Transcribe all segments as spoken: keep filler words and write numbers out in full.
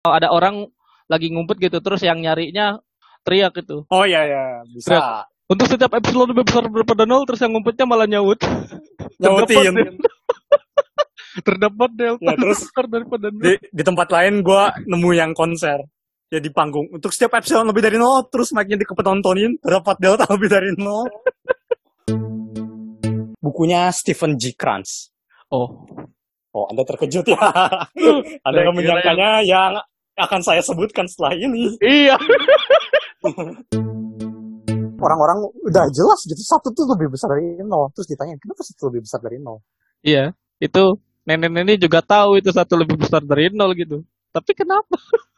Kalau ada orang lagi ngumpet gitu, terus yang nyarinya teriak gitu. Oh iya ya, bisa. Teriak. Untuk setiap epsilon lebih besar daripada nol, terus yang ngumpetnya malah nyaut. Terdapat Nyautin. delta, terdapat delta Ya lebih terus besar daripada nol. di, di tempat lain gue nemu yang konser. Ya di panggung. Untuk setiap epsilon lebih dari nol, terus mic-nya dipenontonin, terdapat delta lebih dari nol. Bukunya Stephen G. Krantz. Oh. Oh, Anda terkejut ya. Anda Saya yang kira yang menyangkanya yang akan saya sebutkan setelah ini. iya. Orang-orang udah jelas gitu, satu tuh lebih besar dari nol. Terus ditanya, kenapa satu lebih besar dari nol? Iya, itu nenek-nenek juga tahu itu satu lebih besar dari nol gitu. Tapi kenapa?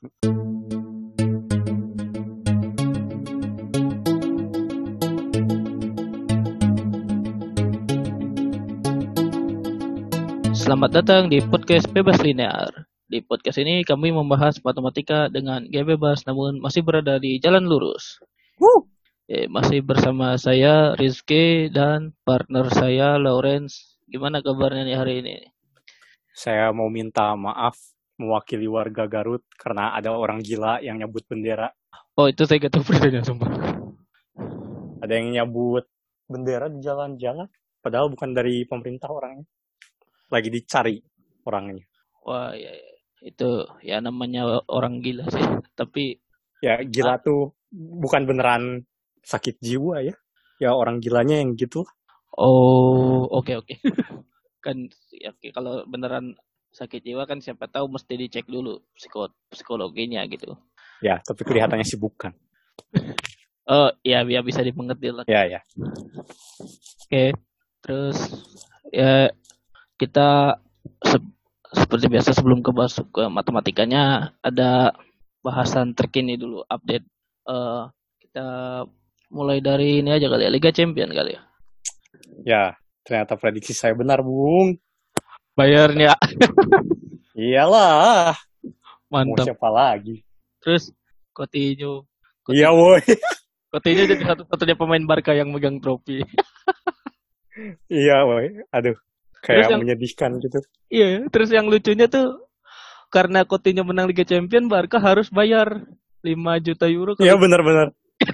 Selamat datang di podcast Bebas Linear. Di podcast ini kami membahas matematika dengan gaya bebas namun masih berada di jalan lurus. Woo! Eh, masih bersama saya Rizky dan partner saya Lawrence. Gimana kabarnya nih hari ini? Saya mau minta maaf mewakili warga Garut karena ada orang gila yang nyabut bendera. Oh itu saya gak tahu beritanya sumpah. Ada yang nyabut bendera di jalan-jalan, padahal bukan dari pemerintah orangnya. Lagi dicari orangnya. Wah ya, ya. Itu ya namanya orang gila sih. Tapi Ya gila tuh bukan beneran sakit jiwa ya. Ya orang gilanya yang gitu. oh oke oke. Kan ya, oke, kalau beneran sakit jiwa kan siapa tahu mesti dicek dulu psiko psikologinya gitu. Ya, tapi kelihatannya sih bukan. Oh ya ya bisa dimengerti lah. Ya ya. Oke. Terus ya kita se- seperti biasa sebelum ke masuk ke matematikanya ada bahasan terkini dulu update. Eh kita mulai dari ini aja kali ya, Liga Champion kali ya. Ya, ternyata prediksi saya benar, Bung. Bayarnya Iyalah. Mau mantap. siapa lagi? Terus Coutinho, Iya, Coutinho, woi. Coutinho jadi satu-satunya pemain Barca yang megang trofi. Iya, woi. Aduh, Terus kayak yang menyedihkan gitu. iya, terus yang lucunya tuh karena Coutinho menang Liga Champion, Barca harus bayar lima juta euro Iya, kalau benar-benar.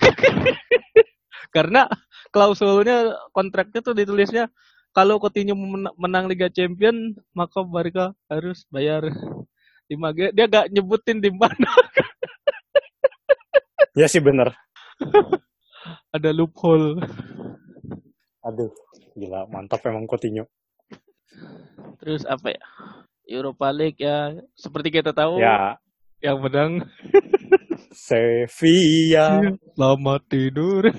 karena klausulnya kontraknya tuh ditulisnya kalau Coutinho men- menang Liga Champion maka Barca harus bayar lima G. Dia gak nyebutin di mana. Iya sih benar. Ada loophole. Aduh, gila, mantap emang Coutinho. Terus apa ya? Europa League ya seperti kita tahu Ya, yang menang Sevilla. selamat tidur.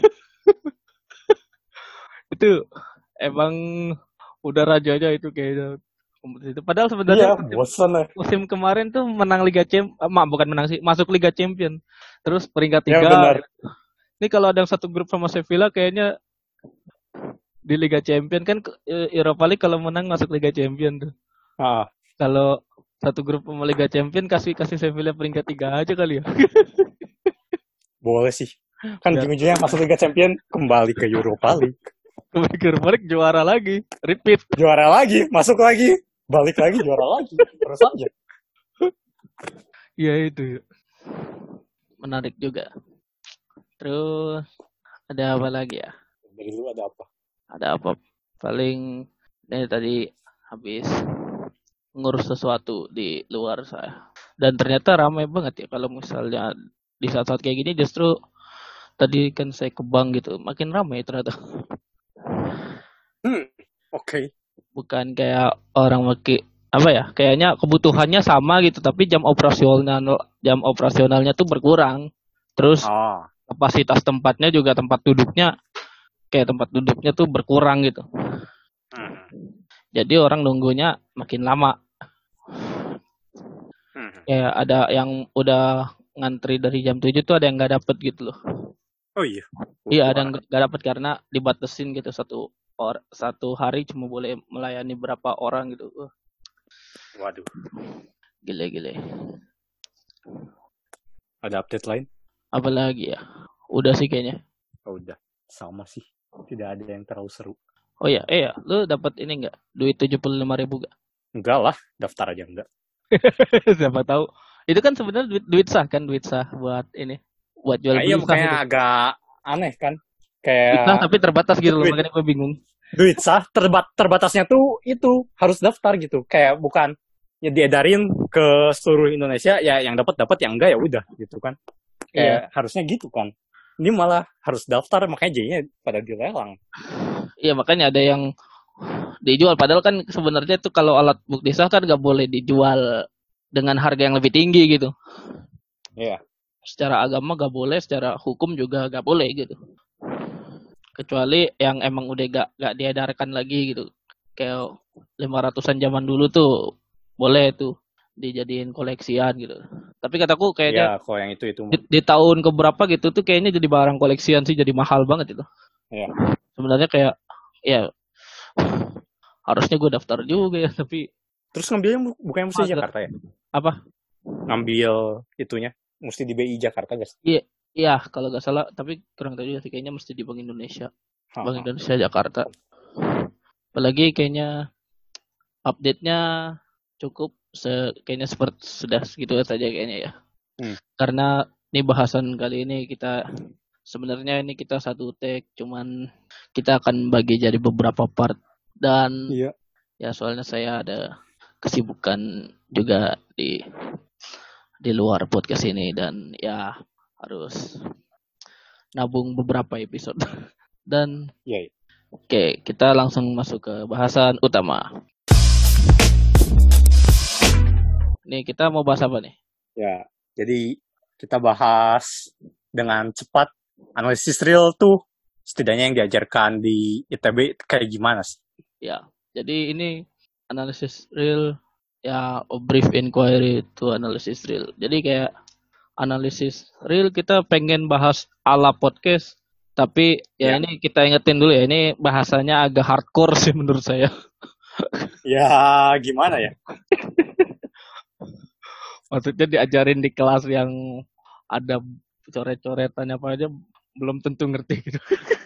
Itu emang udah rajanya itu kayaknya kompetisi itu. Padahal sebenarnya Iya, musim, bosan ya. musim kemarin tuh menang Liga Champions, bukan menang sih, masuk Liga Champion. Terus peringkat Ya tiga. benar. Ini kalau ada yang satu grup sama Sevilla kayaknya di Liga Champion kan eh, Europa League kalau menang masuk Liga Champion tuh. Ah, Kalau satu grup sama Liga Champion kasih kasih Sevilla peringkat tiga aja kali ya. boleh sih. Kan Biar ujung-ujungnya masuk Liga Champion, kembali ke Europa League. Europa League juara lagi, repeat. Juara lagi, masuk lagi, balik lagi, juara lagi. Terus aja. Iya itu. Menarik juga. Terus ada apa lagi ya? Dari lu ada apa? Ada apa? Paling dari tadi habis ngurus sesuatu di luar saya. Dan ternyata ramai banget ya kalau misalnya di saat-saat kayak gini justru tadi kan saya ke bank gitu, makin ramai ternyata. Hmm, oke. Okay. Bukan kayak orang maki apa ya? Kayaknya kebutuhannya sama gitu, tapi jam operasional jam operasionalnya tuh berkurang. Terus Ah. kapasitas tempatnya juga tempat duduknya kayak tempat duduknya tuh berkurang gitu. Hmm. Jadi orang nunggunya makin lama. Hmm. Kayak ada yang udah ngantri dari jam tujuh tuh ada yang nggak dapet gitu loh. Oh iya. Iya, ada yang nggak dapet karena dibatasin gitu satu or satu hari cuma boleh melayani berapa orang gitu. Uh, Waduh. Gile-gile. Ada update lain? Apalagi ya? Udah sih kayaknya. Oh, udah. Sama sih. Tidak ada yang terlalu seru. Oh iya, eh ya, lu dapat ini nggak? Duit tujuh puluh lima ribu nggak? Enggak lah, daftar aja enggak. Siapa tahu Itu kan sebenarnya duit duit sah kan, duit sah buat ini, buat jual Nah, iya beli sah makanya itu. agak aneh kan. Duit sah Kayak tapi terbatas gitu loh, duit makanya gue bingung. duit sah terbat terbatasnya tuh itu harus daftar gitu. Kayak bukan ya diedarin ke seluruh Indonesia ya, yang dapat dapat, yang enggak ya udah gitu kan. Iya, Kayak harusnya gitu kan. Ini malah harus daftar, makanya jadinya pada dilelang. iya makanya ada yang dijual. Padahal kan sebenarnya tuh kalau alat bukti sah kan nggak boleh dijual dengan harga yang lebih tinggi gitu. Iya. Secara agama nggak boleh, secara hukum juga nggak boleh gitu. Kecuali yang emang udah gak, gak diedarkan lagi gitu. Kayak lima ratusan zaman dulu tuh boleh tuh dijadiin koleksian gitu. Tapi kataku Iya, kayaknya kalau yang itu itu di, mah. di tahun keberapa gitu tuh kayaknya jadi barang koleksian sih, jadi mahal banget itu. Iya. Sebenarnya kayak ya harusnya gue daftar juga ya, tapi Terus ngambilnya bu- bukannya mesti di mager. Jakarta ya? Apa? Ngambil itunya mesti di B I Jakarta guys. Iya, iya kalau nggak salah, tapi kurang tahu juga sih, kayaknya mesti di Bank Indonesia. Bank Haha. Indonesia Jakarta. Apalagi kayaknya update-nya cukup se kayaknya seperti sudah segitu saja kayaknya ya. Hmm. Karena ini bahasan kali ini kita sebenarnya ini kita satu take, cuman kita akan bagi jadi beberapa part dan Iya. ya soalnya saya ada kesibukan juga di di luar podcast ini dan ya harus nabung beberapa episode. Dan Iya. Iya. oke, kita langsung masuk ke bahasan utama. Nih kita mau bahas apa nih? Ya. Jadi kita bahas dengan cepat analisis real tuh setidaknya yang diajarkan di I T B kayak gimana sih? Ya, jadi ini analisis real ya, a brief inquiry to analysis real. Jadi kayak analisis real kita pengen bahas ala podcast, tapi ya, Ya. ini kita ingetin dulu ya, ini bahasanya agak hardcore sih menurut saya. Ya gimana ya? Maksudnya diajarin di kelas yang ada coret-coretan apa aja belum tentu ngerti gitu.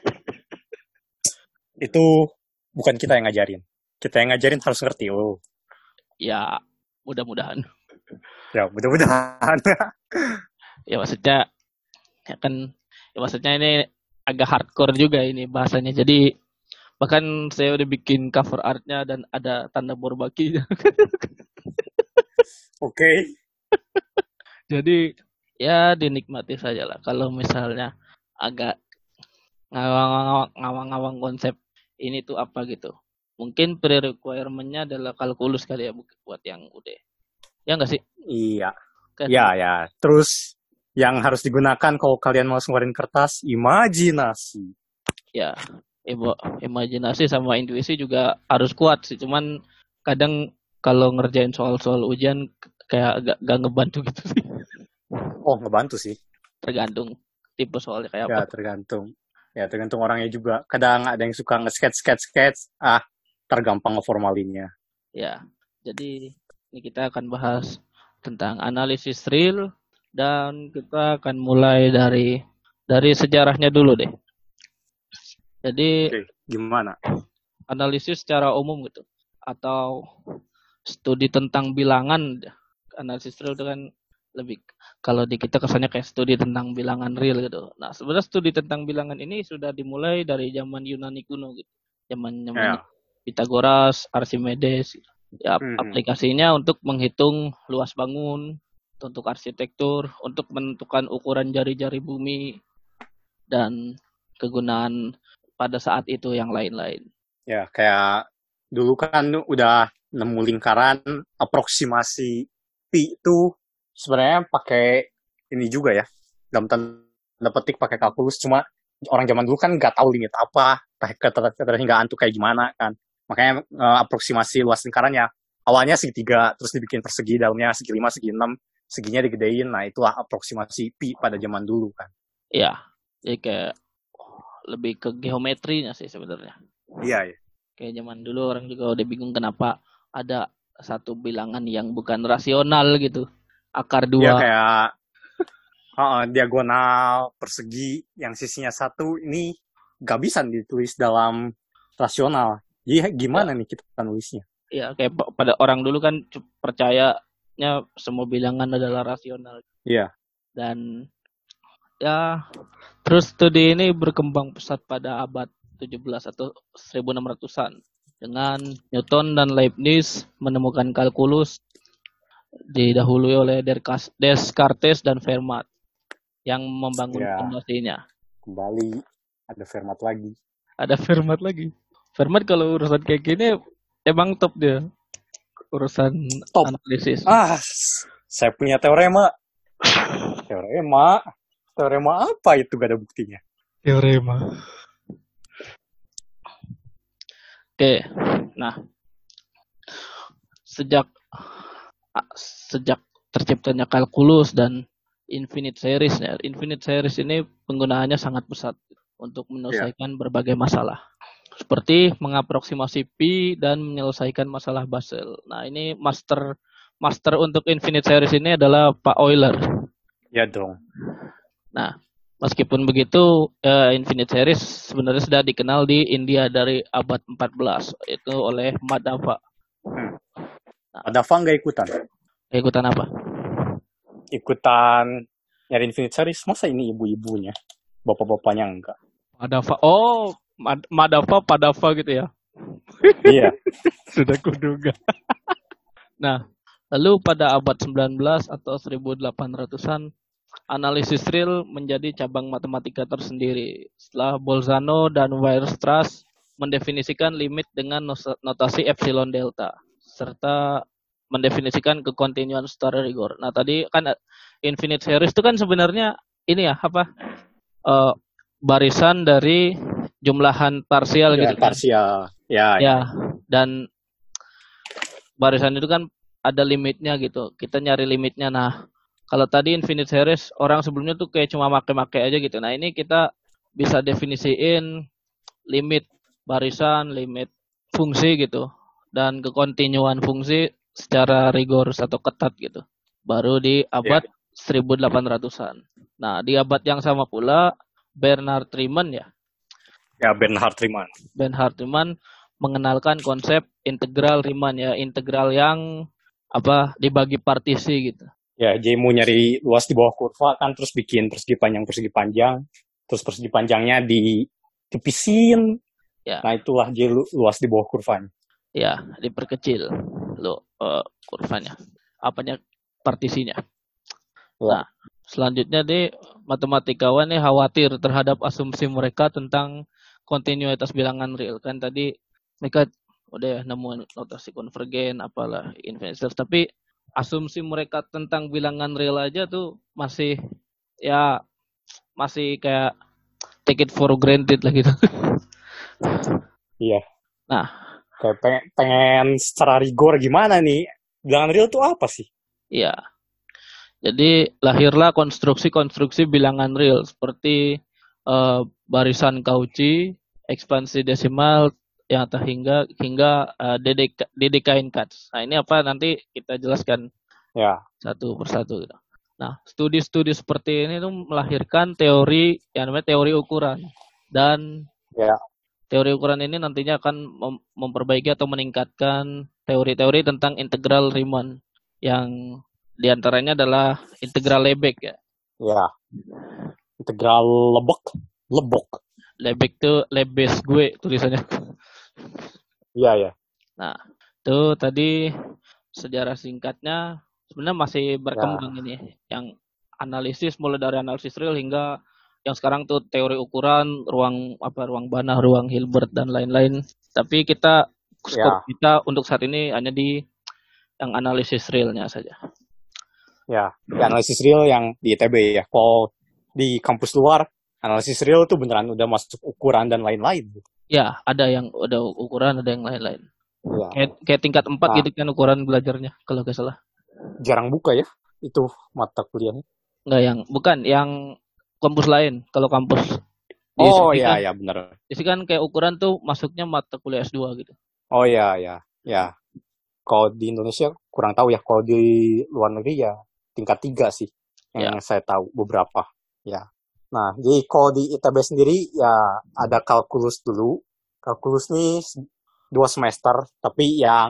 Itu bukan kita yang ngajarin. Kita yang ngajarin harus ngerti. Oh. Ya, mudah-mudahan. Ya mudah-mudahan. Ya maksudnya ya kan ya maksudnya ini agak hardcore juga ini bahasanya. Jadi bahkan saya udah bikin cover artnya dan ada tanda Bourbaki. Oke. Jadi ya dinikmati saja lah. Kalau misalnya agak ngawang-ngawang, ngawang-ngawang konsep ini tuh apa gitu. Mungkin pre-requirement-nya adalah kalkulus kali ya buat yang udah. Ya nggak sih? Iya. Kan? Ya ya. Terus yang harus digunakan kalau kalian mau ngeluarin kertas, imajinasi. Ya, ibu imajinasi sama intuisi juga harus kuat sih. Cuman kadang kalau ngerjain soal-soal ujian kayak agak gak ngebantu gitu sih. Oh, ngebantu sih. Tergantung tipe soalnya kayak Ya, apa. tergantung. Ya, tergantung orangnya juga. Kadang ada yang suka nge-sketch-sketch-sketch. Ah, tergampang ngeformalinnya. Ya, jadi ini kita akan bahas tentang analisis real dan kita akan mulai dari dari sejarahnya dulu deh. Jadi Oke, gimana? analisis secara umum gitu atau studi tentang bilangan. Analisis real itu kan lebih, kalau di kita kesannya kayak studi tentang bilangan real gitu. Nah, sebenarnya studi tentang bilangan ini sudah dimulai dari zaman Yunani kuno gitu. Zaman-zaman Ya. Pitagoras, Archimedes. Ya, Hmm. aplikasinya untuk menghitung luas bangun, untuk arsitektur, untuk menentukan ukuran jari-jari bumi dan kegunaan pada saat itu yang lain-lain. Ya, kayak dulu kan udah nemu lingkaran, aproksimasi pi itu sebenarnya pakai ini juga ya. Dalam tanda petik pakai kalkulus, cuma orang zaman dulu kan nggak tahu limit apa, keterhinggaan tuh kayak gimana kan. Makanya uh, aproksimasi luas lingkarannya awalnya segitiga, terus dibikin persegi, dalamnya segi lima, segi enam, seginya digedein. Nah, itulah aproksimasi pi pada zaman dulu kan. Iya, jadi kayak lebih ke geometrinya sih sebenarnya. Iya, iya. Kayak zaman dulu orang juga udah bingung kenapa ada satu bilangan yang bukan rasional gitu. Akar dua. Ya kayak uh, diagonal, persegi, yang sisinya satu, ini gak bisa ditulis dalam rasional. Jadi gimana ya. nih kita nulisnya? Iya, kayak pada orang dulu kan percaya sifatnya semua bilangan adalah rasional. Iya. Dan ya terus studi ini berkembang pesat pada abad tujuh belas atau seribu enam ratusan dengan Newton dan Leibniz menemukan kalkulus didahului oleh Descartes dan Fermat yang membangun Ya, fondasinya. kembali ada Fermat lagi. Ada Fermat lagi. Fermat kalau urusan kayak gini emang top dia. Urusan Top. analisis. Ah, saya punya teorema. Teorema. Teorema apa itu, gak ada buktinya. Teorema. Oke, nah sejak sejak terciptanya kalkulus dan infinite series ya, infinite series ini penggunaannya sangat pesat untuk menyelesaikan yeah. berbagai masalah, seperti mengaproksimasi pi dan menyelesaikan masalah Basel. Nah ini master master untuk infinite series ini adalah Pak Euler. Ya dong. Nah, meskipun begitu, uh, infinite series sebenarnya sudah dikenal di India dari abad empat belas, itu oleh Madhava. Hmm. Nah, Madhava nggak ikutan? Ikutan apa? Ikutan nyari infinite series. Masa ini ibu-ibunya? Bapak-bapaknya enggak? Madhava. Oh, Mad- Madhava, Padava gitu ya? Iya. Sudah kuduga. Nah, lalu pada abad sembilan belas atau seribu delapan ratusan, analisis real menjadi cabang matematika tersendiri setelah Bolzano dan Weierstrass mendefinisikan limit dengan notasi epsilon delta serta mendefinisikan kekontinuan secara rigor. Nah tadi kan infinite series itu kan sebenarnya ini ya apa uh, barisan dari jumlahan parsial ya, gitu kan? Parsial, ya, ya. Ya dan barisan itu kan ada limitnya gitu. Kita nyari limitnya. Nah kalau tadi infinite series, orang sebelumnya tuh kayak cuma make-make aja gitu. Nah ini kita bisa definisiin limit barisan, limit fungsi gitu. Dan kekontinuan fungsi secara rigorous atau ketat gitu. Baru di abad yeah. seribu delapan ratusan. Nah di abad yang sama pula, Bernhard Riemann ya. Ya Bernhard Riemann. Bernhard Riemann mengenalkan konsep integral Riemann ya. Integral yang apa dibagi partisi gitu. Ya, jadi mau nyari luas di bawah kurva kan, terus bikin persegi panjang persegi panjang, terus persegi panjangnya ditipisin. Ya. Nah itulah jadi luas di bawah kurvanya. Ya, diperkecil lo uh, kurvanya. Apanya partisinya. Ya. Nah, selanjutnya deh matematikawan nih khawatir terhadap asumsi mereka tentang kontinuitas bilangan real. Kan tadi mereka udah ya, nemu notasi konvergen apalah infinite series, tapi asumsi mereka tentang bilangan real aja tuh masih ya masih kayak take it for granted lah gitu. Iya. Nah, kayak pengen, pengen secara rigor gimana nih? Bilangan real tuh apa sih? Iya. Jadi lahirlah konstruksi-konstruksi bilangan real seperti uh, barisan Cauchy, ekspansi desimal yang hingga hingga uh, Dedekind cuts. Nah ini apa nanti kita jelaskan ya. satu persatu. Gitu. Nah studi-studi seperti ini tuh melahirkan teori yang namanya teori ukuran dan ya. Teori ukuran ini nantinya akan mem- memperbaiki atau meningkatkan teori-teori tentang integral Riemann yang diantaranya adalah integral Lebesgue ya. Ya. Integral Lebesgue. Lebesgue. Lebesgue itu Lebesgue tulisannya. Iya ya. Nah, itu tadi sejarah singkatnya sebenarnya masih berkembang ya. Ini yang analisis mulai dari analisis real hingga yang sekarang tuh teori ukuran, ruang apa ruang Banach, ruang Hilbert dan lain-lain. Tapi kita skop ya. Kita untuk saat ini hanya di yang analisis realnya saja. Ya, ya analisis real yang di I T B ya. Kalau di kampus luar, analisis real tuh beneran udah masuk ukuran dan lain-lain. Ya, ada yang udah ukuran, ada yang lain-lain. Ya. Kayak, kayak tingkat empat nah. Gitu kan ukuran belajarnya, kalau nggak salah. Jarang buka ya, itu mata kuliahnya. Nggak yang, bukan, yang kampus lain. Kalau kampus di oh iya, kan, ya benar. Jadi kan kayak ukuran tuh masuknya mata kuliah S dua gitu. Oh iya, ya, ya. Kalau di Indonesia kurang tahu ya, kalau di luar negeri ya tingkat tiga sih yang ya. Saya tahu beberapa ya. Nah jadi kalau di I T B sendiri ya ada kalkulus dulu. Kalkulus nih dua semester, tapi yang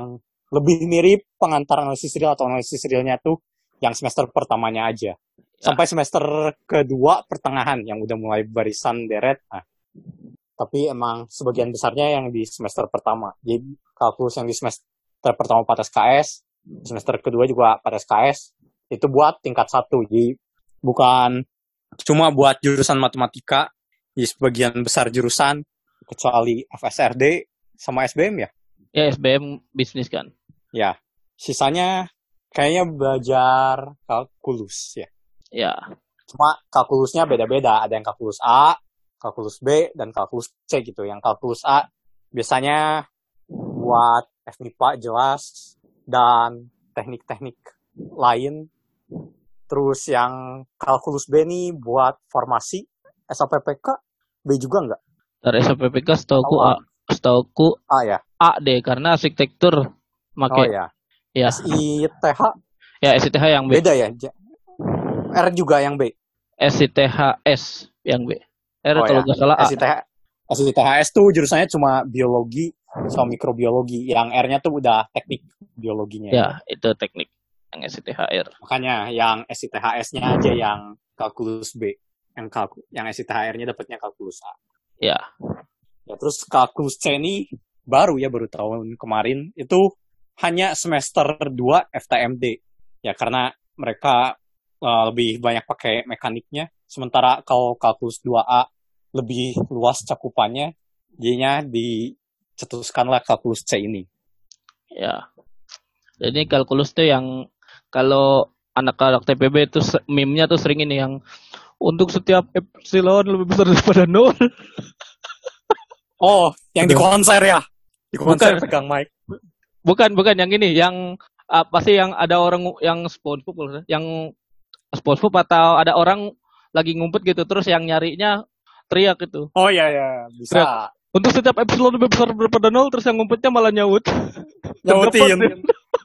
lebih mirip pengantar analisis real atau analisis realnya tuh yang semester pertamanya aja. Ya. Sampai semester kedua pertengahan yang udah mulai barisan deret. Nah, tapi emang sebagian besarnya yang di semester pertama. Jadi kalkulus yang di semester pertama empat S K S, semester kedua juga empat S K S, itu buat tingkat satu. Jadi bukan cuma buat jurusan matematika, di sebagian besar jurusan, kecuali F S R D sama S B M ya? Ya, S B M bisnis kan. Ya, sisanya kayaknya belajar kalkulus ya. Ya. Cuma kalkulusnya beda-beda. Ada yang kalkulus A, kalkulus B, dan kalkulus C gitu. Yang kalkulus A biasanya buat F M I P A jelas, dan teknik-teknik lain. Terus yang kalkulus B nih buat formasi, S A P P K, B juga nggak? Dari S A P P K setauku A, setauku A ya? A deh, karena arsitektur make. Oh ya. Ya. S I T H? Ya, S I T H yang B. Beda ya? R juga yang B? S I T H S yang B. R oh, kalau ya. nggak salah A. S I T H, S I T H S tuh jurusannya cuma biologi sama mikrobiologi. Yang R-nya tuh udah teknik biologinya. Ya, itu teknik. Yang S I T H R. Makanya yang S I T H S-nya aja yang kalkulus B. Yang kalku, yang S I T H R-nya dapatnya kalkulus A. Ya. Ya, terus kalkulus C ini baru ya, baru tahun kemarin. Itu hanya semester dua F T M D. Ya, karena mereka uh, lebih banyak pakai mekaniknya. Sementara kalau kalkulus dua A lebih luas cakupannya, jadinya dicetuskanlah kalkulus C ini. Ya. Jadi kalkulus tuh yang kalau anak-anak T P B itu meme-nya tuh sering ini yang untuk setiap epsilon lebih besar daripada nol. Oh, yang di konser ya? Di konser bukan, pegang mic. Bukan, bukan yang ini, yang apa sih yang ada orang yang SpongeBob, yang SpongeBob atau ada orang lagi ngumpet gitu, terus yang nyarinya teriak gitu. Oh iya ya, bisa. Teriak. Untuk setiap epsilon lebih besar daripada nol, terus yang ngumpetnya malah nyaut. Nyautin.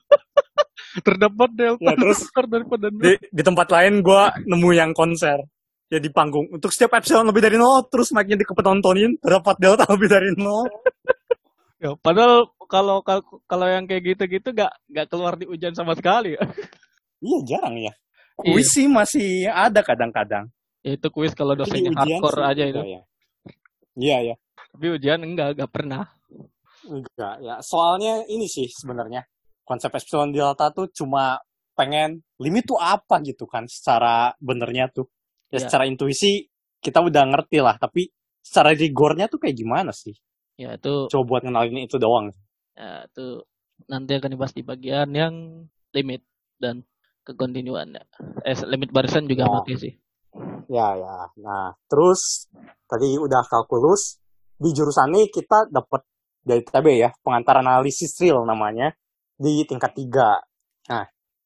Terdapat delta ya, terus besar daripada nol. Di, di tempat lain gue nemu yang konser. Ya di panggung. Untuk setiap epsilon lebih dari nol, terus mic-nya dipenontonin, terdapat delta lebih dari nol. Ya, padahal kalau kalau yang kayak gitu-gitu gak, gak keluar di ujian sama sekali. Iya, jarang ya. Kuis sih masih ada kadang-kadang. Ya, itu kuis kalau dosennya hardcore aja itu. Ya. Iya ya. Tapi ujian enggak, enggak pernah. Enggak, ya. Soalnya ini sih sebenarnya. Konsep epsilon delta tuh cuma pengen limit tuh apa gitu kan. Secara benernya tuh. Ya, ya. Secara intuisi kita udah ngerti lah. Tapi secara rigornya tuh kayak gimana sih? Ya itu. Coba buat kenalin itu doang. Ya itu nanti akan dibahas di bagian yang limit dan kekontinuan. Eh, limit barisan juga ya. pakai sih. Ya, ya. Nah, terus tadi udah kalkulus. Di jurusan ini kita dapat dari T B ya, pengantar analisis real namanya, di tingkat tiga. Nah,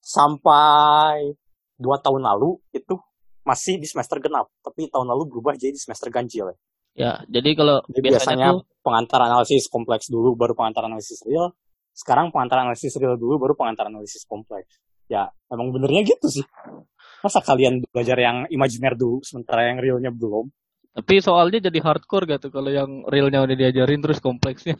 sampai dua tahun lalu itu masih di semester genap, tapi tahun lalu berubah jadi semester ganjil. Ya, jadi kalau jadi biasanya, biasanya tuh, pengantar analisis kompleks dulu, baru pengantar analisis real. Sekarang pengantar analisis real dulu, baru pengantar analisis kompleks. Ya, emang benernya gitu sih. Masa kalian belajar yang imajiner dulu, sementara yang realnya belum? Tapi soalnya jadi hardcore gak tuh kalau yang realnya udah diajarin terus kompleksnya?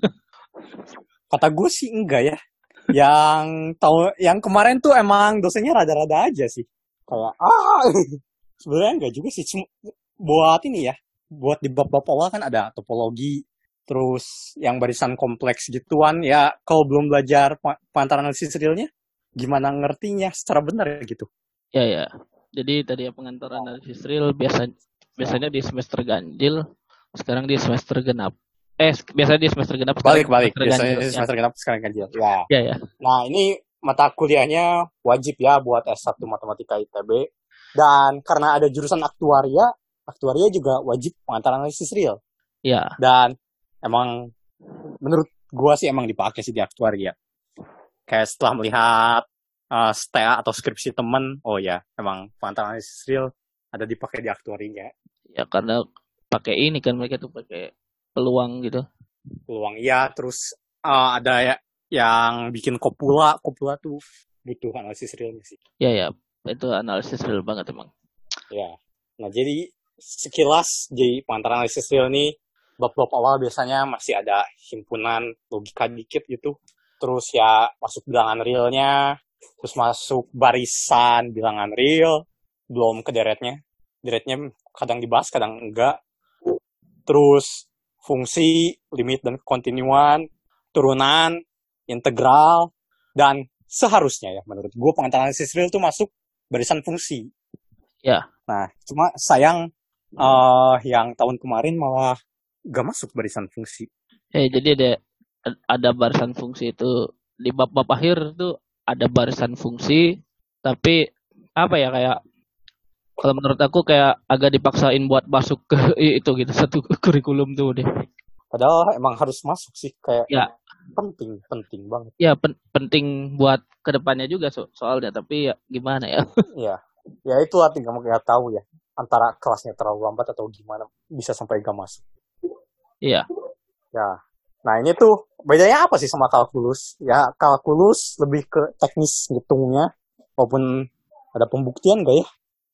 Kata gue sih enggak ya. Yang tahu, yang kemarin tuh emang dosennya rada-rada aja sih. Kayak ah, sebenarnya enggak juga sih. Cuma buat ini ya, buat di bab-bab awal kan ada topologi, terus yang barisan kompleks gituan. Ya kalau belum belajar pengantar analisis realnya, gimana ngertinya secara benar gitu? Ya ya. Jadi tadi ya pengantar analisis real biasa biasanya di semester ganjil, sekarang di semester genap. Eh, biasanya di semester genap. Balik balik. Biasanya di semester genap, sekarang ganjil. Ya. Ya ya. Nah ini mata kuliahnya wajib ya buat S satu Matematika I T B. Dan karena ada jurusan aktuaria, aktuaria juga wajib pengantar analisis real. Ya. Dan emang menurut gua sih emang dipakai sih di aktuaria. Kayak setelah melihat uh, S T A atau skripsi temen, oh ya emang pengantar analisis real ada dipakai di aktuaria. Ya karena pakai ini kan mereka tuh pakai peluang gitu. Peluang iya, terus uh, ada ya yang bikin kopula, kopula tuh butuh analisis realnya sih. Ya ya, itu analisis real banget emang. Ya, nah jadi sekilas jadi pengantar analisis real ini bab-bab awal biasanya masih ada himpunan logika dikit gitu. terus ya masuk bilangan realnya, terus masuk barisan bilangan real, belum ke deretnya. Deretnya kadang dibahas, kadang enggak. Terus fungsi, limit dan kontinuan, turunan, integral, dan seharusnya ya menurut gue pengantar analisis real itu masuk barisan fungsi. Ya. Nah, cuma sayang uh, yang tahun kemarin malah gak masuk barisan fungsi. Eh, jadi ada ada barisan fungsi itu di bab-bab akhir tuh ada barisan fungsi, tapi apa ya kayak kalau menurut aku kayak agak dipaksain buat masuk ke itu gitu satu kurikulum tuh deh. Padahal emang harus masuk sih, kayak Ya. penting, penting banget. Ya pen- penting buat kedepannya juga so- soalnya, tapi ya gimana ya? Iya, ya itulah tinggal nggak tahu ya antara kelasnya terlalu lambat atau gimana bisa sampai gak masuk. Iya. Ya, nah ini tuh bedanya apa sih sama kalkulus? Ya kalkulus lebih ke teknis ngitungnya, walaupun ada pembuktian gak ya?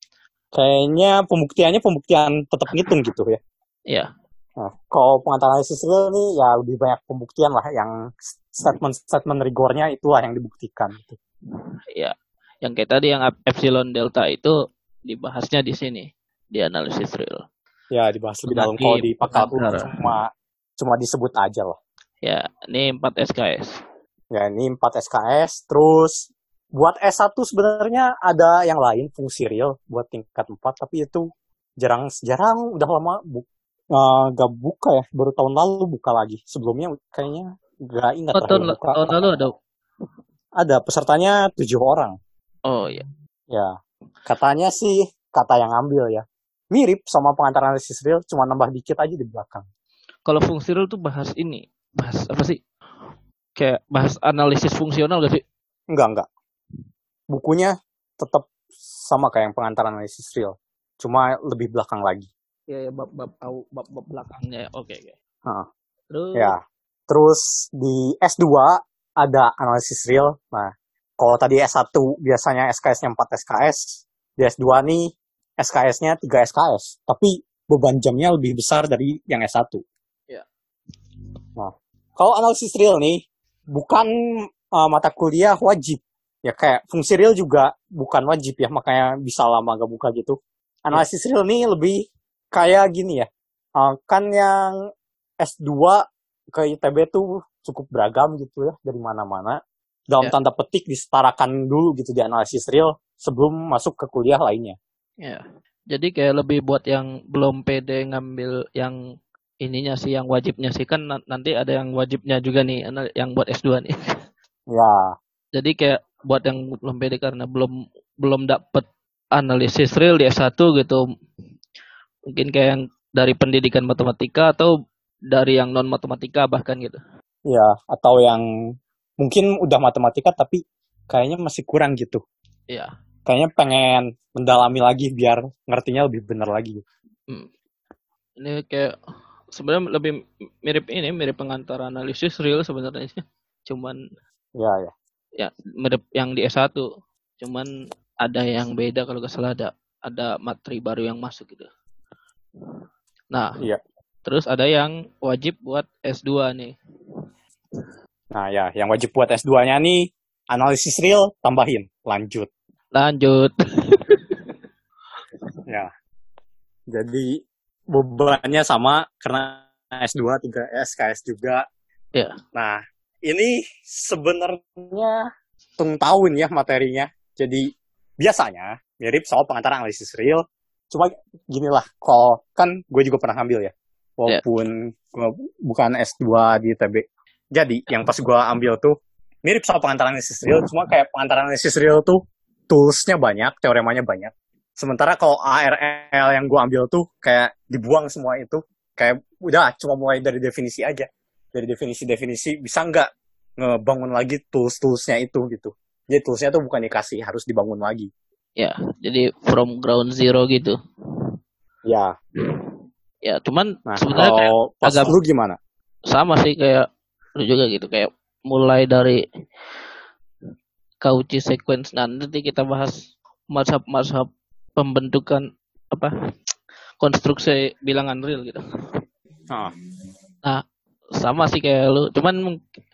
Kayaknya pembuktiannya pembuktian tetap ngitung gitu ya. Iya. Nah, kalau pengantar analisis real nih ya lebih banyak pembuktian lah, yang statement-statement rigornya itulah yang dibuktikan. Gitu. Iya. Yang kayak tadi yang epsilon delta itu dibahasnya di sini di analisis real. Ya dibahas lebih dalam. Kalau di kalkulus cuma cuma disebut aja lah. Ya, ini empat S K S. Ya ini empat S K S. Terus buat S satu sebenarnya ada yang lain fungsi real buat tingkat empat, tapi itu jarang-jarang udah lama bu, uh, gak buka ya, baru tahun lalu buka lagi. Sebelumnya kayaknya gak ingat oh, tahun, buka. Tahun lalu ada? Ada, pesertanya tujuh orang. Oh iya. Ya, katanya sih, kata yang ambil ya, mirip sama pengantar analisis real, cuma nambah dikit aja di belakang. Kalau fungsi real tuh bahas ini, bahas apa sih? Kayak bahas analisis fungsional gak sih? Enggak, enggak. Bukunya tetap sama kayak yang pengantar analisis real, cuma lebih belakang lagi. Ya, ya bab bab bab, bab belakangnya. Oke, okay, oke. Okay. Uh, terus ya. Terus di S dua ada analisis real. Nah, kalau tadi S satu biasanya S K S-nya empat S K S, di S dua nih S K S-nya tiga S K S, tapi beban jamnya lebih besar dari yang S satu. Ya. Nah, kalau analisis real nih bukan uh, mata kuliah wajib. Ya kayak fungsi real juga bukan wajib ya, makanya bisa lama gak buka gitu. Analisis ya. Real nih lebih kayak gini ya. Uh, kan yang S dua ke I T B tuh cukup beragam gitu ya, dari mana-mana. Dalam ya. Tanda petik disetarakan dulu gitu di analisis real sebelum masuk ke kuliah lainnya. Ya. Jadi kayak lebih buat yang belum pede ngambil yang ininya sih, yang wajibnya sih, kan nanti ada yang wajibnya juga nih, yang buat S dua nih. Ya. Jadi kayak buat yang belum pede karena belum belum dapet analisis real di S satu gitu. Mungkin kayak yang dari pendidikan matematika atau dari yang non matematika bahkan gitu. Ya, atau yang mungkin udah matematika tapi kayaknya masih kurang gitu. Iya. Kayaknya pengen mendalami lagi biar ngertinya lebih benar lagi. Hmm. Ini kayak sebenarnya lebih mirip ini, mirip pengantar analisis real sebenarnya. Cuman ya ya. Ya, mirip yang di S satu. Cuman ada yang beda kalau nggak salah, ada ada materi baru yang masuk gitu. Nah, iya. Terus ada yang wajib buat S dua nih. Nah ya, yang wajib buat S dua-nya nih analisis real tambahin, lanjut. Lanjut. Ya. Jadi bebannya sama karena S dua tiga S K S juga. Ya. Nah, ini sebenarnya tung tahun ya materinya. Jadi biasanya mirip soal pengantar analisis real. Cuma gini lah, kalau kan gue juga pernah ambil ya. Walaupun yeah. gue bukan S dua di I T B. Jadi yang pas gue ambil tuh mirip soal pengantar analisis real. Cuma kayak pengantar analisis real tuh tools-nya banyak, teoremanya banyak. Sementara kalau A R L yang gue ambil tuh kayak dibuang semua itu. Kayak udah cuma mulai dari definisi aja. Dari definisi-definisi bisa nggak ngebangun lagi tools-toolsnya itu gitu. Jadi toolsnya tuh bukan dikasih, harus dibangun lagi. Ya, jadi from ground zero gitu. Ya. Ya, cuman nah, sebenarnya kayak pas agak lu gimana? Sama sih kayak lu juga gitu, kayak mulai dari Cauchy sequence. Nah, nanti kita bahas mazhab-mazhab pembentukan apa? Konstruksi bilangan real gitu. Ah. Nah, sama sih kayak lu, cuman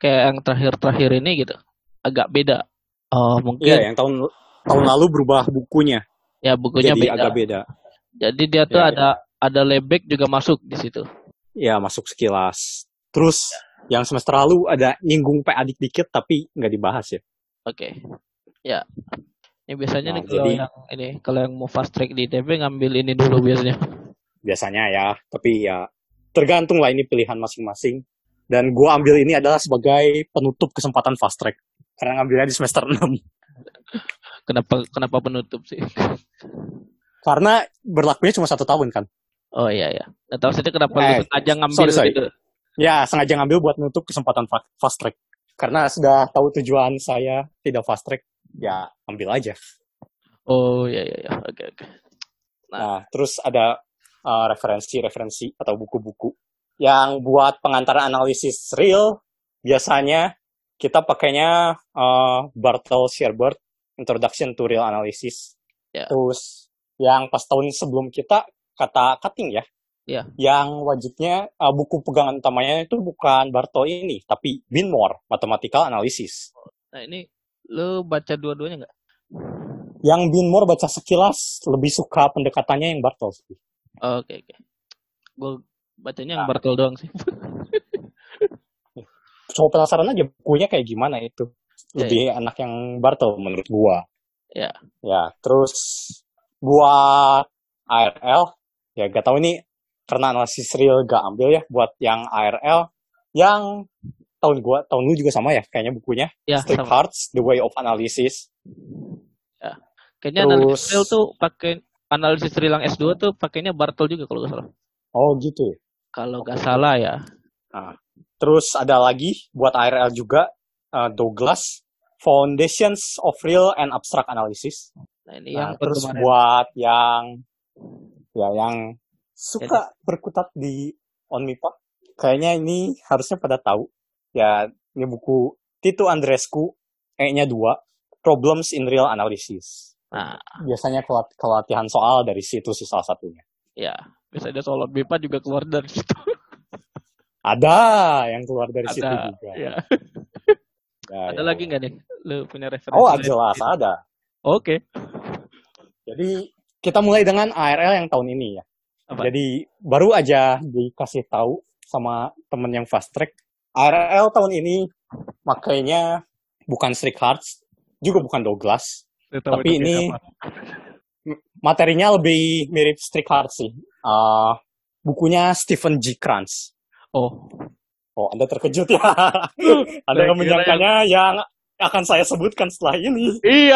kayak yang terakhir-terakhir ini gitu agak beda. Oh Iya, mungkin yang tahun tahun lalu berubah bukunya ya bukunya jadi beda. agak beda. Jadi dia tuh Ya, ya, ada ada lebek juga masuk di situ. ya masuk sekilas. Terus yang semester lalu ada nyinggung P A dikit tapi nggak dibahas ya. Oke. Ya. Ini biasanya Nah, nih kalau jadi yang ini kalau yang mau fast track di I T B ngambil ini dulu biasanya. biasanya ya, tapi ya tergantung lah ini pilihan masing-masing. Dan gue ambil ini adalah sebagai penutup kesempatan fast track. Karena ngambilnya di semester enam. Kenapa kenapa penutup sih? Karena berlakunya cuma satu tahun kan. Oh iya ya. Nggak tahu saja kenapa lu Eh, sengaja ngambil sorry, sorry. gitu. Ya, sengaja ngambil buat nutup kesempatan fa- fast track. Karena sudah tahu tujuan saya tidak fast track, ya ambil aja. Oh iya iya iya. Oke oke. Nah, Nah, terus ada uh, referensi-referensi atau buku-buku yang buat pengantar analisis real. Biasanya kita pakainya uh, Bartel Sherbert, Introduction to Real Analysis. ya. Terus yang pas tahun sebelum kita, kata cutting ya. Ya. Yang wajibnya uh, buku pegangan utamanya itu bukan Bartel ini, tapi Binmore, Mathematical Analysis. Nah, ini lu baca dua-duanya nggak? Yang Binmore baca sekilas, lebih suka pendekatannya yang Bartel sih. Oh, oke oke. Gue bacanya yang Nah. Bartel doang sih. Coba penasaran aja bukunya kayak gimana itu. Lebih Ya, ya. enak yang Bartel menurut gua. Ya. Ya, terus buat A R L, ya gak tahu ini karena analisis real gak ambil ya. Buat yang A R L, yang tahun gua, tahun lu juga sama ya kayaknya bukunya. Ya, Strict sama. Hearts, The Way of Analysis. Ya. Kayaknya Terus, analisis real tuh pakai analisis real yang S dua tuh pakainya Bartel juga kalau nggak salah. oh gitu ya. Kalau nggak salah ya. Nah, terus ada lagi buat A R L juga, uh, Douglas, Foundations of Real and Abstract Analysis. Nah, ini Nah, yang terus kemarin. buat yang ya yang suka Jadi, berkutat di OnMIPA, kayaknya ini harusnya pada tahu. Ya, ini buku Tito Andrescu, E-nya dua, Problems in Real Analysis. nah, Biasanya kelat- kelatihan soal dari situ sih salah satunya. ya, biasanya soal B P A juga keluar dari situ. Ada yang keluar dari Ada, situ juga. ya. Ya, Ada ya, lagi ya. nggak nih? Lu punya referensi? Oh, lain? jelas ada. Oke. Jadi kita mulai dengan A R L yang tahun ini ya. Apa? Jadi baru aja dikasih tahu sama temen yang fast track. A R L tahun ini makanya bukan Strict Hearts, juga bukan Douglas. Tahu Tapi itu ini apa? materinya lebih mirip Strict Hearts sih. Uh, bukunya Stephen G. Krantz. Oh. Oh, Anda terkejut ya. Anda yang menyangkanya yang... yang akan saya sebutkan setelah ini. Iya.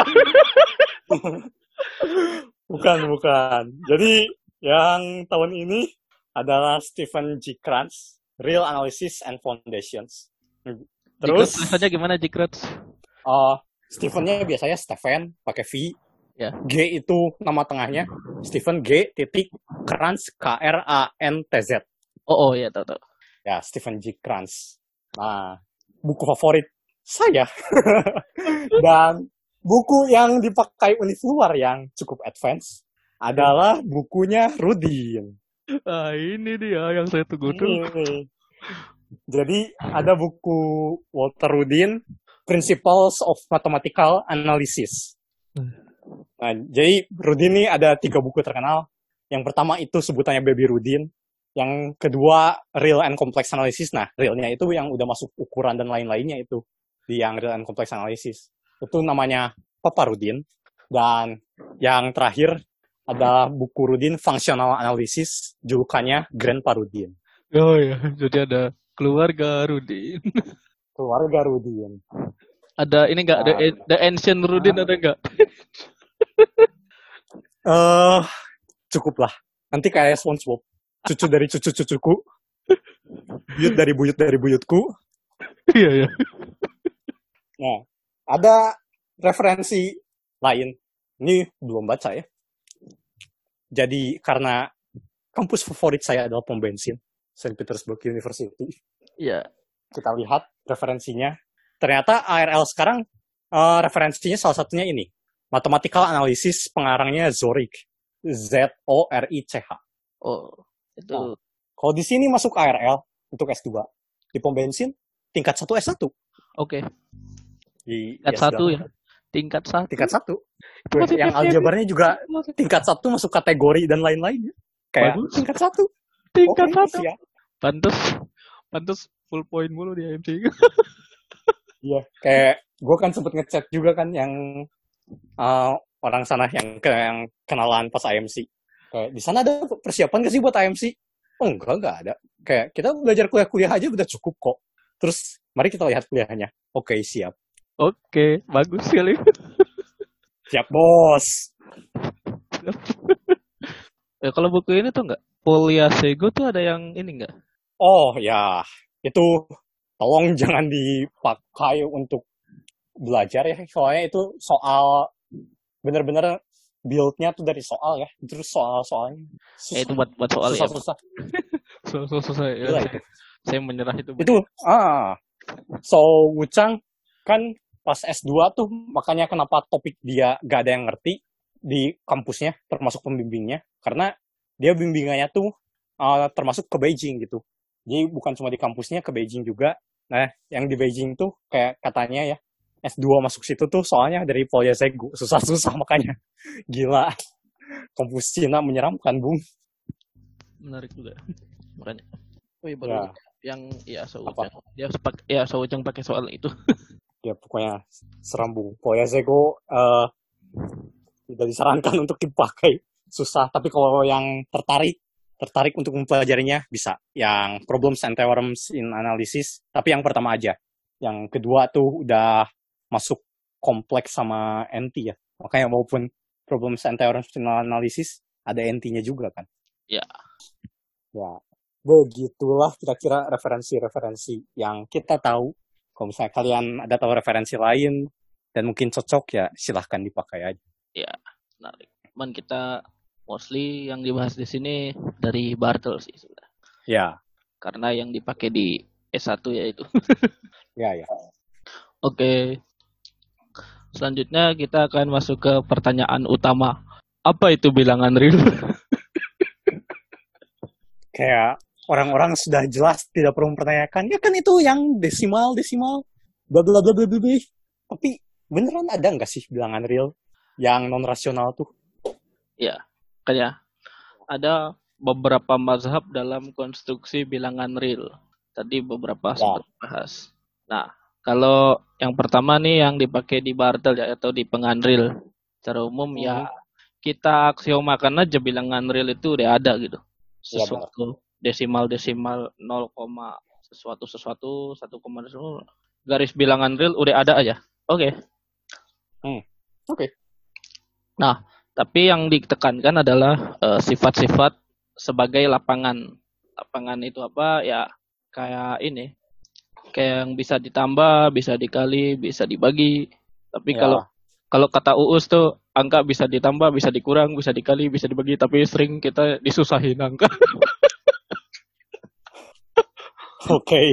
Bukan, bukan. Jadi yang tahun ini adalah Stephen G. Krantz, Real Analysis and Foundations. Terus rasanya gimana Jikrats? Uh, Stephen-nya biasanya Stephen pakai V. Ya. G itu nama tengahnya. Stephen G titik Krantz, K R A N T Z. Oh, oh ya tahu tahu. Ya, Stephen G. Krantz. Nah, buku favorit saya. Dan buku yang dipakai univ luar yang cukup advance adalah bukunya Rudin. Ah, ini dia yang saya tunggu tuh. Jadi ada buku Walter Rudin, Principles of Mathematical Analysis. Nah, jadi Rudin ini ada tiga buku terkenal. Yang pertama itu sebutannya Baby Rudin. Yang kedua Real and Complex Analysis. Nah, realnya itu yang udah masuk ukuran dan lain-lainnya itu. Di yang Real and Complex Analysis. Itu namanya Papa Rudin. Dan yang terakhir ada buku Rudin Functional Analysis, julukannya Grandpa Rudin. Oh ya, jadi ada keluarga Rudin. Keluarga Rudin. Ada ini enggak? Ada Nah, The Ancient Rudin ada enggak? Eh, uh, cukuplah. Nanti kayak SpongeBob. Cucu dari cucu-cucuku. Buyut dari buyut dari buyutku. Iya, iya. Nah, ada referensi lain. Ini belum baca ya. Jadi karena kampus favorit saya adalah pom bensin, Saint Petersburg University. Iya. Kita lihat referensinya. Ternyata A R L sekarang uh, referensinya salah satunya ini. Mathematical Analysis, pengarangnya Zorik. Z O R I C H. Oh, itu. Nah, kalau di sini masuk A R L untuk S dua. Di pom bensin tingkat satu S satu. Oke. Di Tingkat ya satu sudah. ya. Tingkat satu. Tingkat satu. Masih Yang P P B. aljabarnya juga tingkat satu masuk kategori dan lain-lain. Kayak Bagus. tingkat satu. Tingkat Oke, satu. siap. Pantes, pantes full point mulu di A M C. Iya, kayak gue kan sempet ngechat juga kan yang uh, orang sana yang ke yang kenalan pas A M C. Kayak di sana ada persiapan gak sih buat A M C? Oh enggak, enggak ada. Kayak kita belajar kuliah-kuliah aja udah cukup kok. Terus mari kita lihat kuliahnya. Oke, siap. Oke, bagus sekali. Siap, bos. Ya, kalau buku ini tuh enggak, Poliasego tuh ada yang ini enggak? Oh ya, itu tolong jangan dipakai untuk belajar ya. Soalnya itu soal bener-bener build-nya tuh dari soal ya. Terus soal-soalnya Eh, itu buat buat soal susah-susah. ya. Susah-susah ya. Gila Saya, itu. saya menyerah itu. Itu ah. So Wuchang kan pas S dua tuh makanya kenapa topik dia gak ada yang ngerti di kampusnya termasuk pembimbingnya karena dia bimbingannya tuh uh, termasuk ke Beijing gitu. Jadi bukan cuma di kampusnya, ke Beijing juga. Nah, yang di Beijing tuh kayak katanya ya S dua masuk situ tuh soalnya dari Poliasego. Susah-susah makanya. Gila. Kampus Cina menyeramkan, Bung. Menarik juga. Makanya. Oh iya, baru Ya. yang ya Souchang. Dia sepak ya Souchang pakai soal itu. Ya pokoknya seram, Bung. Poliasego uh, tidak disarankan untuk dipakai. Susah. Tapi kalau yang tertarik tertarik untuk mempelajarinya bisa. Yang problems and theorems in analysis, tapi yang pertama aja. Yang kedua tuh udah masuk kompleks sama N T ya. Makanya maupun problems and theorems in analysis ada N T-nya juga kan. Ya. Ya. Begitulah kira-kira referensi-referensi yang kita tahu. Kalau misalnya kalian ada tahu referensi lain dan mungkin cocok ya silahkan dipakai aja. Ya, menarik. Cuman kita mostly yang dibahas di sini dari Bartel sih sebenarnya. Ya. Karena yang dipakai di S satu ya itu. Ya, ya. Oke. Selanjutnya kita akan masuk ke pertanyaan utama. Apa itu bilangan real? Kayak orang-orang sudah jelas tidak perlu mempertanyakan. Ya kan itu yang desimal, desimal, bla bla bla bla bla. Tapi beneran ada nggak sih bilangan real yang non rasional tuh? Ya, kayak ada beberapa mazhab dalam konstruksi bilangan real. Tadi beberapa Ya. sempat bahas. Nah, kalau yang pertama nih yang dipakai di Bartel ya atau di penganril. Secara umum Hmm. ya kita aksiomakan aja bilangan real itu udah ada gitu. Ya, Sesuatu desimal-desimal nol, sesuatu sesuatu satu koma nol garis bilangan real udah ada aja. Oke. Okay. Hmm. Oke. Okay. Nah, tapi yang ditekankan adalah uh, sifat-sifat sebagai lapangan. Lapangan itu apa? Ya kayak ini. Kayak yang bisa ditambah, bisa dikali, bisa dibagi. Tapi Ya. kalau kalau kata U U S tuh angka bisa ditambah, bisa dikurang, bisa dikali, bisa dibagi, tapi sering kita disusahin angka. Oke. Okay.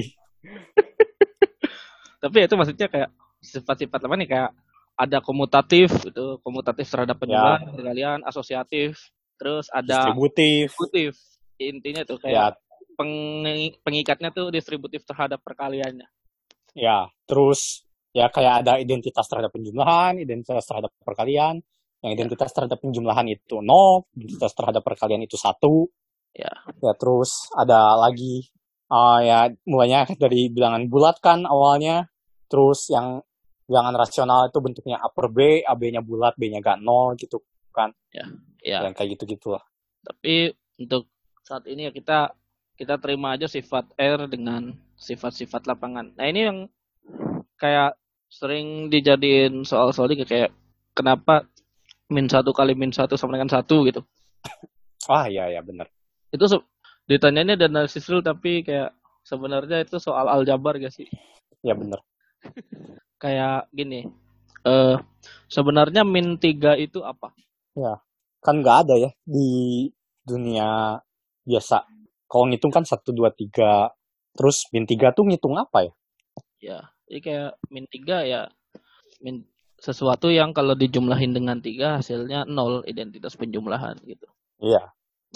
Tapi itu maksudnya kayak sifat-sifat apa nih, kayak ada komutatif gitu, komutatif terhadap penjumlahan, Ya. perkalian, asosiatif, terus ada distributif. distributif. Intinya tuh kayak ya. peng- pengikatnya tuh distributif terhadap perkaliannya. Ya, terus ya kayak ada identitas terhadap penjumlahan, identitas terhadap perkalian. Yang identitas ya. terhadap penjumlahan itu nol, identitas terhadap perkalian itu satu. Ya. Ya, terus ada lagi uh, ya mulainya dari bilangan bulat kan awalnya. Terus yang bilangan rasional itu bentuknya upper B, A B-nya bulat, B-nya gak nol gitu kan. Ya, ya. Yang kayak gitu-gitulah. Tapi untuk saat ini ya kita kita terima aja sifat R dengan sifat-sifat lapangan. Nah, ini yang kayak sering dijadiin soal-soal ini kayak kenapa min satu kali min satu sama dengan satu gitu. Ah, iya ya benar. Itu se- ditanyanya dan analisis real tapi kayak sebenarnya itu soal aljabar gak sih? Ya benar. Kayak gini, uh, sebenarnya min tiga itu apa? Ya, kan nggak ada ya di dunia biasa. Kalau ngitung kan satu, dua, tiga. Terus min tiga tuh ngitung apa ya? Ya, jadi kayak min tiga ya min sesuatu yang kalau dijumlahin dengan tiga hasilnya nol identitas penjumlahan gitu. Iya.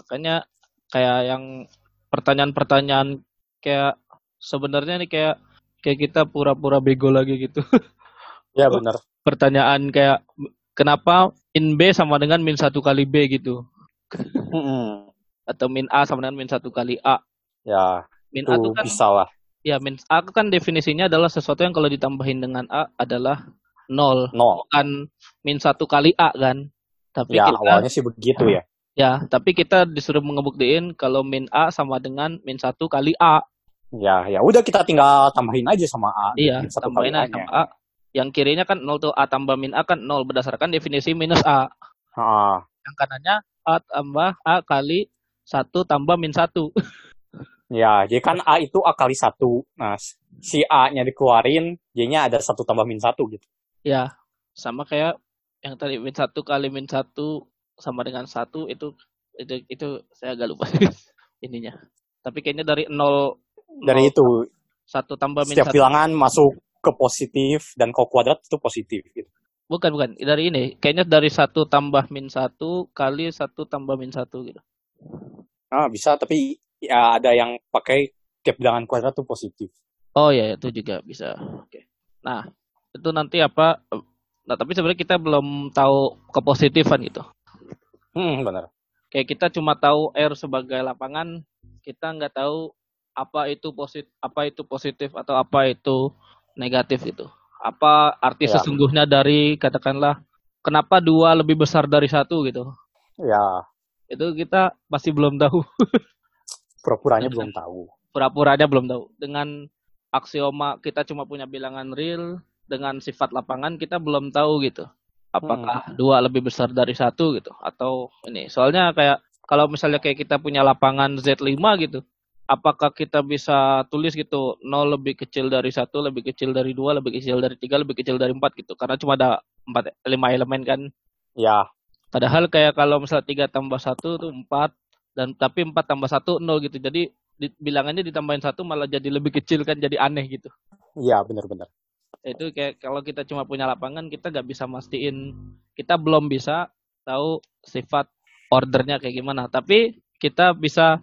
Makanya kayak yang pertanyaan-pertanyaan kayak sebenarnya nih kayak kayak kita pura-pura bego lagi gitu. Ya benar. Pertanyaan kayak kenapa in B sama dengan min satu kali B gitu. Mm-mm. Atau min A sama dengan min satu kali A. Ya, Min itu A itu kan bisa lah. ya min A itu kan definisinya adalah sesuatu yang kalau ditambahin dengan A adalah nol. Nol. Bukan min satu kali A kan. Tapi Ya, kita awalnya sih begitu ya. ya, tapi kita disuruh ngebuktiin kalau min A sama dengan min satu kali A. Ya, ya udah kita tinggal tambahin aja sama A. Iya, Min satu kali tambahin aja A-nya. sama A. Yang kirinya kan nol tuh A tambah min A kan nol berdasarkan definisi minus A. Ah, Yang kanannya A tambah A kali satu tambah min satu. ya, jadi kan A itu A kali satu. Nah, si A-nya dikeluarin, jadinya ada satu tambah min satu gitu. Ya, sama kayak yang tadi min satu kali min satu sama dengan satu itu itu itu saya agak lupa ininya. Tapi kayaknya dari nol Dari itu, satu tambah min setiap satu. bilangan masuk ke positif dan kalau kuadrat itu positif gitu. Bukan bukan dari ini. Kayaknya dari satu tambah min satu kali satu tambah min satu gitu. Ah, bisa, tapi ya ada yang pakai tiap bilangan kuadrat tuh positif. Oh ya, itu juga bisa. Oke. Nah, itu nanti apa? Nah, tapi sebenarnya kita belum tahu kepositifan gitu. Hmm, benar. Kayak kita cuma tahu R sebagai lapangan, kita nggak tahu apa itu positif, apa itu positif atau apa itu negatif gitu. Apa arti Ya. sesungguhnya dari katakanlah kenapa dua lebih besar dari satu gitu. Ya, Itu kita masih belum tahu. pura-puranya belum tahu. Pura-puranya belum tahu. Dengan aksioma kita cuma punya bilangan real, dengan sifat lapangan kita belum tahu gitu. Apakah hmm. dua lebih besar dari satu gitu atau ini. Soalnya kayak kalau misalnya kayak kita punya lapangan Z lima gitu, apakah kita bisa tulis gitu nol lebih kecil dari satu, lebih kecil dari dua, lebih kecil dari tiga, lebih kecil dari empat gitu. Karena cuma ada empat lima elemen kan. Ya. Padahal kayak kalau misalnya tiga tambah satu itu empat dan tapi empat tambah satu nol gitu. Jadi di, bilangannya ditambahin satu malah jadi lebih kecil kan, jadi aneh gitu. Iya, benar-benar. Itu kayak kalau kita cuma punya lapangan kita nggak bisa mastiin, kita belum bisa tahu sifat ordernya kayak gimana, tapi kita bisa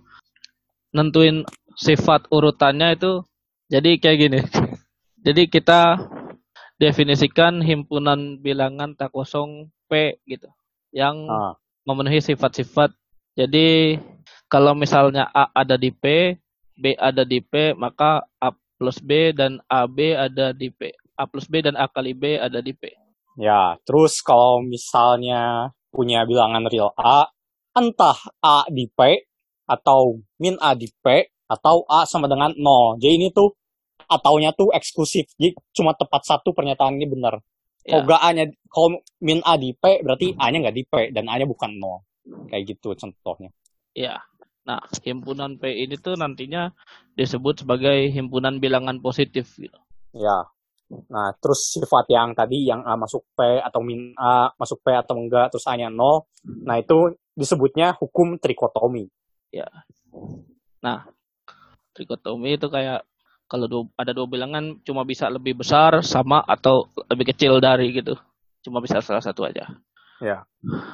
nentuin sifat urutannya itu. Jadi kayak gini. Jadi kita definisikan himpunan bilangan tak kosong P gitu yang ah. memenuhi sifat-sifat. Jadi kalau misalnya A ada di P, B ada di P, maka A plus B dan A B ada di P. A plus B dan A kali B ada di P. Ya, terus kalau misalnya punya bilangan real A, entah A di P, atau min A di P, atau A sama dengan nol. Jadi ini tuh, ataunya tuh eksklusif. Jadi cuma tepat satu pernyataan ini benar. Ya. Kalau gak A-nya, kalau min A di P, berarti A-nya gak di P, dan A-nya bukan nol. Kayak gitu contohnya. Ya. Nah, himpunan P ini tuh nantinya disebut sebagai himpunan bilangan positif gitu. Ya. Nah, terus sifat yang tadi yang A masuk P atau min A masuk P atau enggak, terus A-nya nol. Nah, itu disebutnya hukum trikotomi. Ya. Nah, trikotomi itu kayak kalau dua, ada dua bilangan cuma bisa lebih besar, sama, atau lebih kecil dari gitu. Cuma bisa salah satu aja. Ya.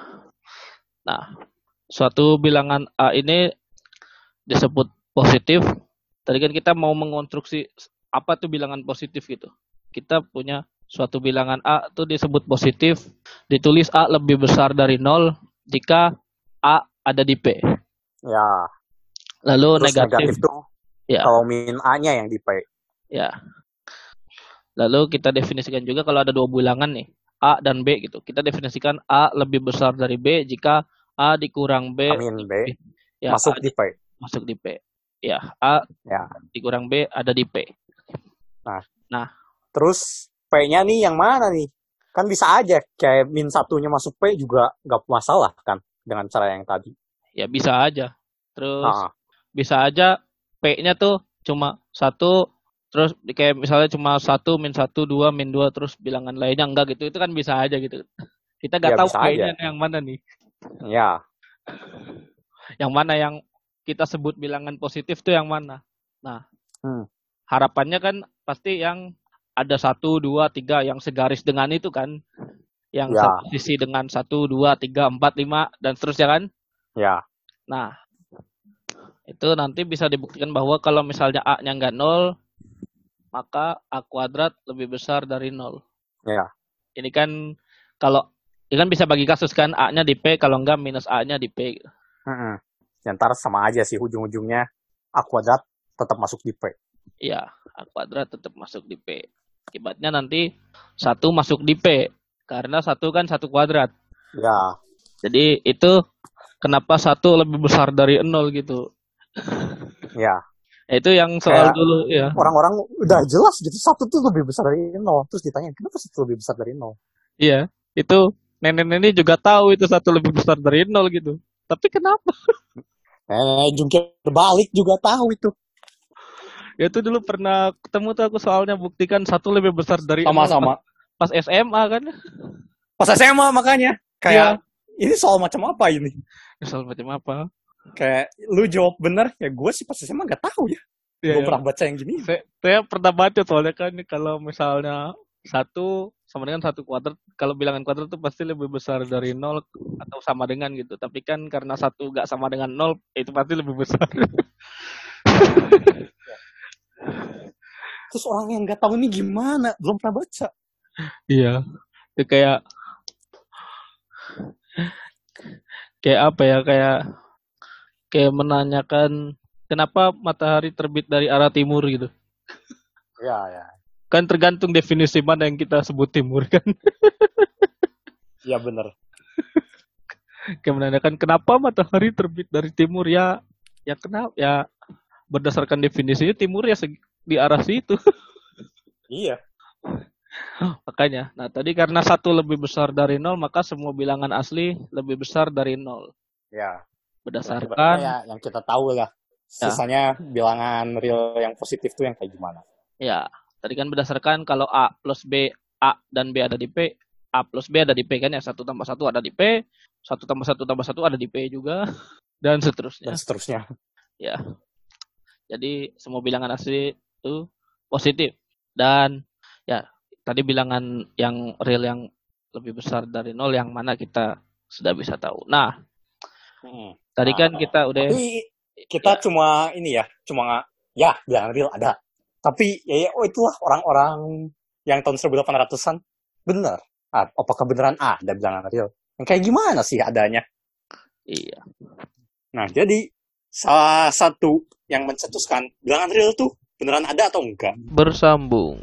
Nah, suatu bilangan A ini disebut positif. Tadi kan kita mau mengonstruksi apa tuh bilangan positif gitu. Kita punya suatu bilangan A itu disebut positif, ditulis A lebih besar dari nol jika A ada di P. Ya. Lalu terus negatif, negatif tuh ya. Kalau min A-nya yang di P. Ya. Lalu kita definisikan juga kalau ada dua bilangan nih, A dan B gitu. Kita definisikan A lebih besar dari B jika A dikurang B, min B ya, masuk A di P. Masuk di P. Ya, A ya. dikurang B ada di P. Nah, nah, terus P-nya nih yang mana nih? Kan bisa aja kayak min satunya masuk P juga nggak masalah kan dengan cara yang tadi. Ya bisa aja. Terus ah. bisa aja P-nya tuh cuma satu, terus kayak misalnya cuma satu, min satu, dua, min dua, terus bilangan lainnya enggak gitu. Itu kan bisa aja gitu. Kita nggak ya, tahu P-nya yang mana nih. Ya. Yang mana yang kita sebut bilangan positif tuh yang mana? Nah, hmm. harapannya kan pasti yang ada satu, dua, tiga yang segaris dengan itu kan. Yang ya. satu sisi dengan satu, dua, tiga, empat, lima, dan seterusnya kan. Ya. Nah, itu nanti bisa dibuktikan bahwa kalau misalnya A-nya nggak nol, maka A kuadrat lebih besar dari nol. Ya. Ini kan kalau ini kan bisa bagi kasus kan, A-nya di P, kalau enggak minus A-nya di P. Mm-mm. Ya, ntar sama aja sih ujung-ujungnya A kuadrat tetap masuk di P. Iya, A kuadrat tetap masuk di P. Akibatnya nanti satu masuk di P, karena satu kan satu kuadrat. Ya. Jadi itu kenapa satu lebih besar dari nol gitu. Ya. Itu yang soal Kayak dulu ya. orang-orang udah jelas gitu, satu tuh lebih besar dari nol. Terus ditanya, kenapa satu lebih besar dari nol? Iya, itu nenek-nenek juga tahu itu satu lebih besar dari nol gitu. Tapi kenapa? Eh, jungkir balik juga tahu itu. Ya itu dulu pernah ketemu tuh aku soalnya buktikan satu lebih besar dari nol Sama-sama. pas, pas S M A kan. Pas S M A makanya. Kayak, Iya. ini soal macam apa ini? Soal macam apa? Kayak, lu jawab bener, ya gue sih pas S M A gak tahu ya. Iya, Gue iya. pernah baca yang gini. Saya, saya pernah baca soalnya kan kalau misalnya satu sama dengan satu kuadrat, kalau bilangan kuadrat itu pasti lebih besar dari nol atau sama dengan gitu. Tapi kan karena satu gak sama dengan nol, itu pasti lebih besar. Terus orang yang gak tahu ini gimana? Belum pernah baca. Iya, itu kayak kayak apa ya, kayak kayak menanyakan kenapa matahari terbit dari arah timur gitu. Ya, ya. Kan tergantung definisi mana yang kita sebut timur kan. Iya bener. Kayak menanyakan kenapa matahari terbit dari timur ya, ya kenapa ya berdasarkan definisinya timur ya segi, di arah situ. Iya. Makanya, nah tadi karena satu lebih besar dari nol maka semua bilangan asli lebih besar dari nol. Ya. Berdasarkan ya yang kita tahu lah. Sisanya ya. Bilangan real yang positif tuh yang kayak gimana? Ya, tadi kan berdasarkan kalau A plus B, A dan B ada di P, A plus B ada di P kan ya, satu tambah satu ada di P, satu tambah satu tambah satu ada di P juga, dan seterusnya. Dan seterusnya. Ya, jadi semua bilangan asli itu positif. Dan ya, tadi bilangan yang real yang lebih besar dari nol yang mana kita sudah bisa tahu. Nah, hmm. tadi kan kita udah... Tapi kita ya. cuma ini ya, cuma ya bilangan real ada. Tapi ya, ya oh itulah orang-orang yang tahun seribu delapan ratusan benar. Ah, apakah beneran ada bilangan real? Yang kayak gimana sih adanya? Iya. Nah, jadi salah satu yang mencetuskan bilangan real tuh beneran ada atau enggak? Bersambung.